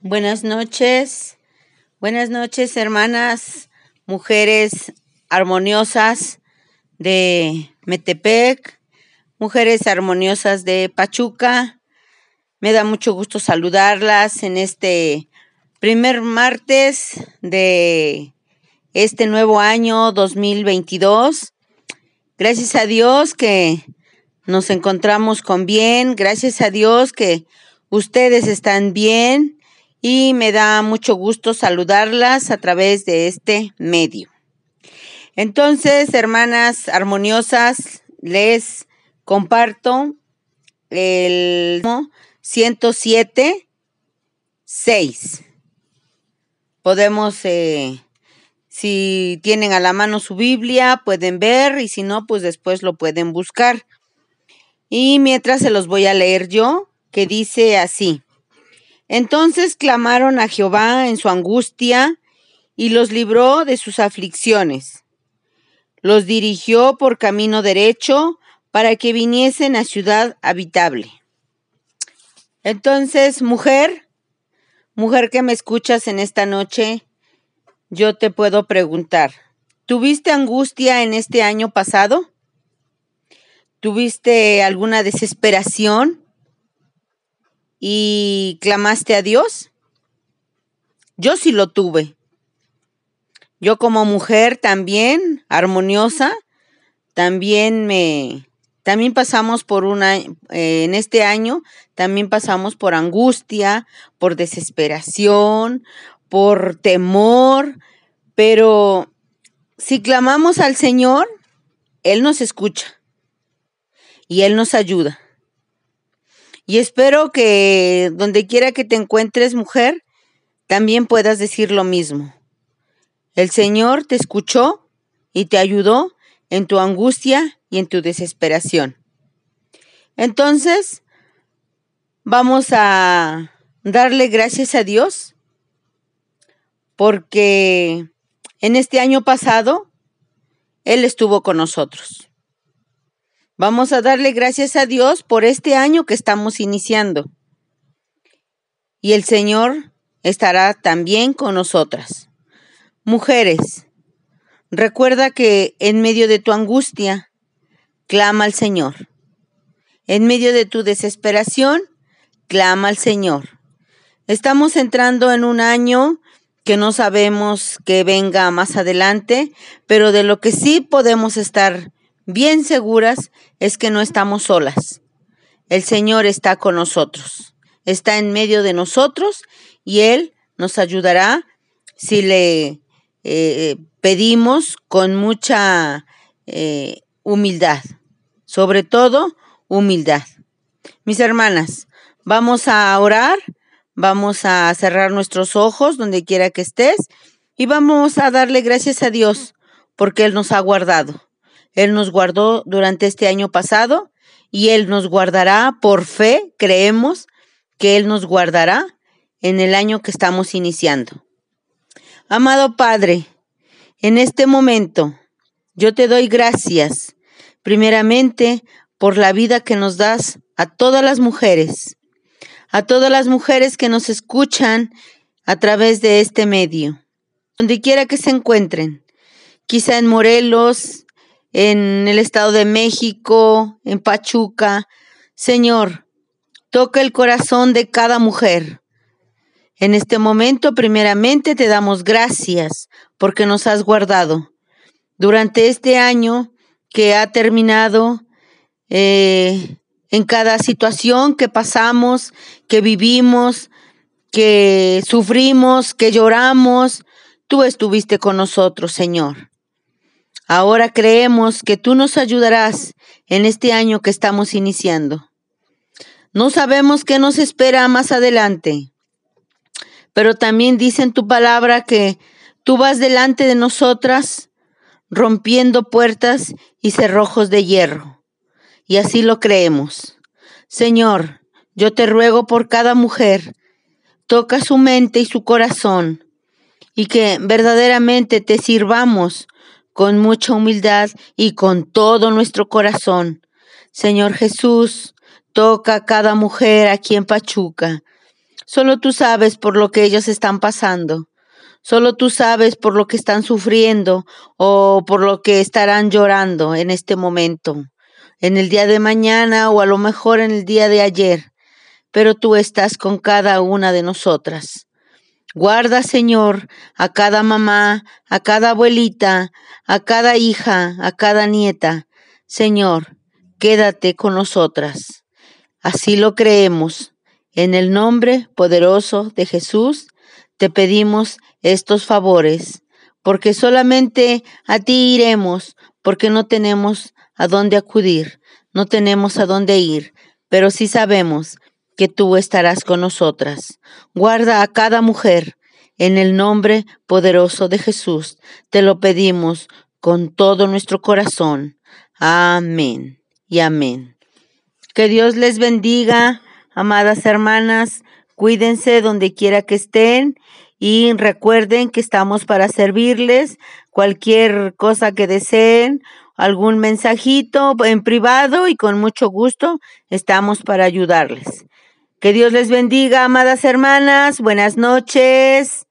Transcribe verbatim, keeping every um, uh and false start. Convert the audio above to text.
Buenas noches, buenas noches, hermanas, mujeres armoniosas de Metepec, mujeres armoniosas de Pachuca. Me da mucho gusto saludarlas en este primer martes de este nuevo año dos mil veintidós. Gracias a Dios que nos encontramos con bien, gracias a Dios que ustedes están bien. Y me da mucho gusto saludarlas a través de este medio. Entonces, hermanas armoniosas, les comparto el ciento siete, seis. Podemos, eh, si tienen a la mano su Biblia, pueden ver, y si no, pues después lo pueden buscar. Y mientras se los voy a leer yo, que dice así. Entonces clamaron a Jehová en su angustia y los libró de sus aflicciones. Los dirigió por camino derecho para que viniesen a ciudad habitable. Entonces, mujer, mujer que me escuchas en esta noche, yo te puedo preguntar, ¿tuviste angustia en este año pasado? ¿Tuviste alguna desesperación? ¿Y clamaste a Dios? Yo sí lo tuve. Yo como mujer también, armoniosa, también me, también pasamos por una, eh, en este año, también pasamos por angustia, por desesperación, por temor, pero si clamamos al Señor, Él nos escucha y Él nos ayuda. Y espero que donde quiera que te encuentres, mujer, también puedas decir lo mismo. El Señor te escuchó y te ayudó en tu angustia y en tu desesperación. Entonces, vamos a darle gracias a Dios porque en este año pasado Él estuvo con nosotros. Vamos a darle gracias a Dios por este año que estamos iniciando. Y el Señor estará también con nosotras. Mujeres, recuerda que en medio de tu angustia, clama al Señor. En medio de tu desesperación, clama al Señor. Estamos entrando en un año que no sabemos que venga más adelante, pero de lo que sí podemos estar bien seguras es que no estamos solas. El Señor está con nosotros, está en medio de nosotros y Él nos ayudará si le eh, pedimos con mucha eh, humildad, sobre todo humildad. Mis hermanas, vamos a orar, vamos a cerrar nuestros ojos donde quiera que estés y vamos a darle gracias a Dios porque Él nos ha guardado. Él nos guardó durante este año pasado y Él nos guardará por fe, creemos que Él nos guardará en el año que estamos iniciando. Amado Padre, en este momento yo te doy gracias, primeramente por la vida que nos das a todas las mujeres, a todas las mujeres que nos escuchan a través de este medio, donde quiera que se encuentren, quizá en Morelos, en el Estado de México, en Pachuca. Señor, toca el corazón de cada mujer. En este momento, primeramente, te damos gracias porque nos has guardado. Durante este año que ha terminado, eh, en cada situación que pasamos, que vivimos, que sufrimos, que lloramos, tú estuviste con nosotros, Señor. Ahora creemos que tú nos ayudarás en este año que estamos iniciando. No sabemos qué nos espera más adelante, pero también dice en tu palabra que tú vas delante de nosotras rompiendo puertas y cerrojos de hierro. Y así lo creemos. Señor, yo te ruego por cada mujer, toca su mente y su corazón y que verdaderamente te sirvamos con mucha humildad y con todo nuestro corazón. Señor Jesús, toca a cada mujer aquí en Pachuca. Solo tú sabes por lo que ellos están pasando. Solo tú sabes por lo que están sufriendo o por lo que estarán llorando en este momento, en el día de mañana o a lo mejor en el día de ayer. Pero tú estás con cada una de nosotras. Guarda, Señor, a cada mamá, a cada abuelita, a cada hija, a cada nieta. Señor, quédate con nosotras. Así lo creemos. En el nombre poderoso de Jesús, te pedimos estos favores, porque solamente a ti iremos, porque no tenemos a dónde acudir, no tenemos a dónde ir, pero sí sabemos que tú estarás con nosotras. Guarda a cada mujer, en el nombre poderoso de Jesús, te lo pedimos con todo nuestro corazón. Amén y amén. Que Dios les bendiga, amadas hermanas. Cuídense donde quiera que estén y recuerden que estamos para servirles. Cualquier cosa que deseen, algún mensajito en privado y con mucho gusto estamos para ayudarles. Que Dios les bendiga, amadas hermanas. Buenas noches.